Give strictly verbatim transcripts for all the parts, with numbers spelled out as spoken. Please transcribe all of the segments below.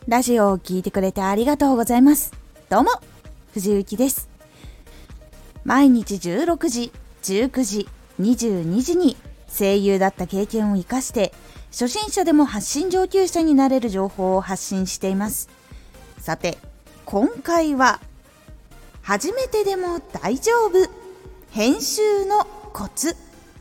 ラジオを聞いてくれてありがとうございます。どうも、藤幸です。毎日じゅうろくじ、じゅうくじ、にじゅうにじに声優だった経験を生かして初心者でも発信上級者になれる情報を発信しています。さて、今回は初めてでも大丈夫編集のコツ。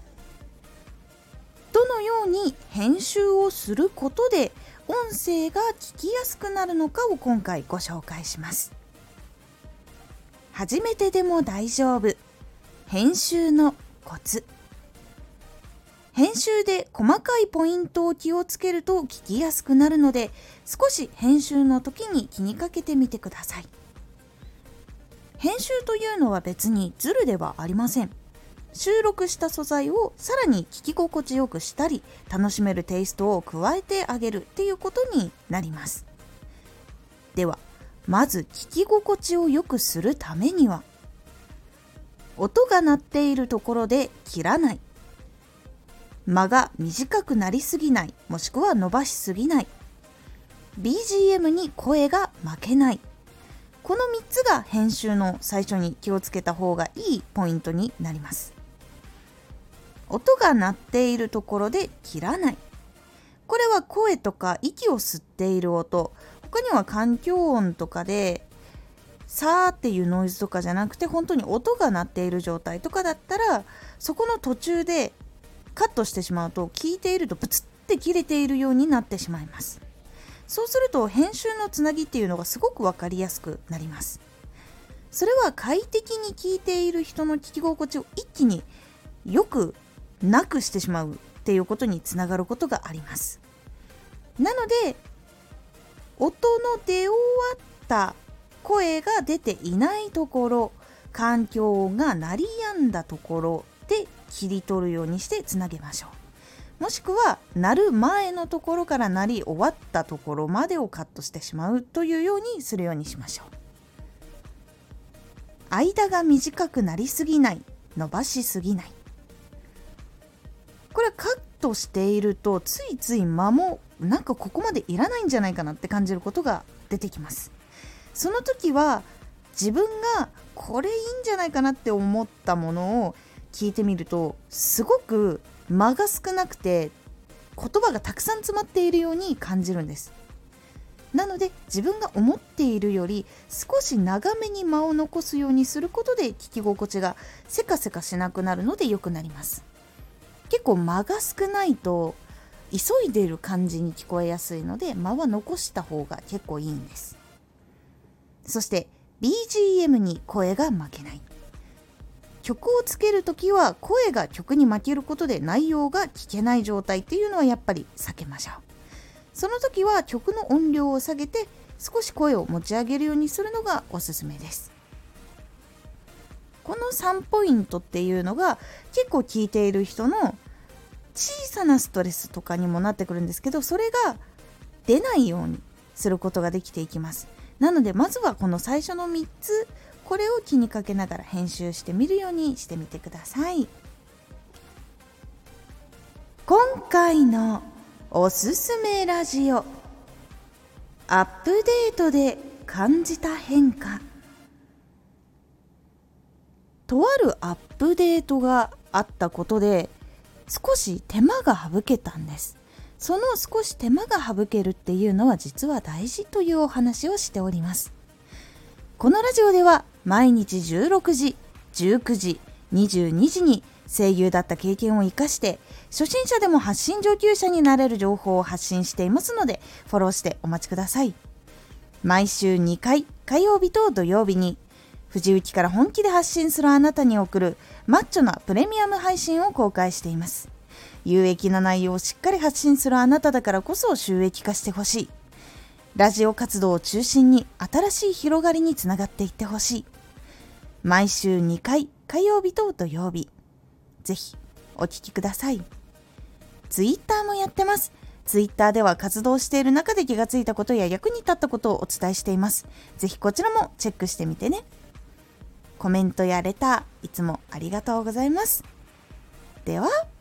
どのように編集をすることで音声が聞きやすくなるのかを今回ご紹介します。初めてでも大丈夫編集のコツ。編集で細かいポイントを気をつけると聞きやすくなるので、少し編集の時に気にかけてみてください。編集というのは別にズルではありません。収録した素材をさらに聞き心地よくしたり、楽しめるテイストを加えてあげるっていうことになります。では、まず聞き心地を良くするためには、音が鳴っているところで切らない、間が短くなりすぎない、もしくは伸ばしすぎない、ビージーエム に声が負けない、このみっつが編集の最初に気をつけた方がいいポイントになります。音が鳴っているところで切らない。これは声とか息を吸っている音、他には環境音とかでさーっていうノイズとかじゃなくて、本当に音が鳴っている状態とかだったら、そこの途中でカットしてしまうと、聞いているとプツって切れているようになってしまいます。そうすると編集のつなぎっていうのがすごくわかりやすくなります。それは快適に聞いている人の聞き心地を一気によくなくしてしまうっていうことにつながることがあります。なので、音の出終わった声が出ていないところ、環境音が鳴り止んだところで切り取るようにしてつなげましょう。もしくは鳴る前のところから鳴り終わったところまでをカットしてしまうというようにするようにしましょう。間が短くなりすぎない、伸ばしすぎない。これカットしているとついつい間もなんかここまでいらないんじゃないかなって感じることが出てきます。その時は自分がこれいいんじゃないかなって思ったものを聞いてみると、すごく間が少なくて言葉がたくさん詰まっているように感じるんです。なので、自分が思っているより少し長めに間を残すようにすることで聞き心地がせかせかしなくなるので良くなります。結構間が少ないと急いでいる感じに聞こえやすいので、間は残した方が結構いいんです。そして ビージーエム に声が負けない。曲をつけるときは声が曲に負けることで内容が聞けない状態っていうのはやっぱり避けましょう。その時は曲の音量を下げて少し声を持ち上げるようにするのがおすすめです。このさんポイントっていうのが結構聞いている人の小さなストレスとかにもなってくるんですけど、それが出ないようにすることができていきます。なので、まずはこの最初のみっつ、これを気にかけながら編集してみるようにしてみてください。今回のおすすめラジオ、アップデートで感じた変化。とあるアップデートがあったことで少し手間が省けたんです。その少し手間が省けるっていうのは実は大事というお話をしております。このラジオでは毎日じゅうろくじ、じゅうくじ、にじゅうにじに声優だった経験を生かして初心者でも発信上級者になれる情報を発信していますので、フォローしてお待ちください。毎週にかい、火曜日と土曜日に藤雪から本気で発信するあなたに送るマッチョなプレミアム配信を公開しています。有益な内容をしっかり発信するあなただからこそ収益化してほしい。ラジオ活動を中心に新しい広がりにつながっていってほしい。毎週にかい、火曜日と土曜日、ぜひお聞きください。ツイッターもやってます。ツイッターでは活動している中で気がついたことや役に立ったことをお伝えしています。ぜひこちらもチェックしてみてね。コメントやレターいつもありがとうございます。では。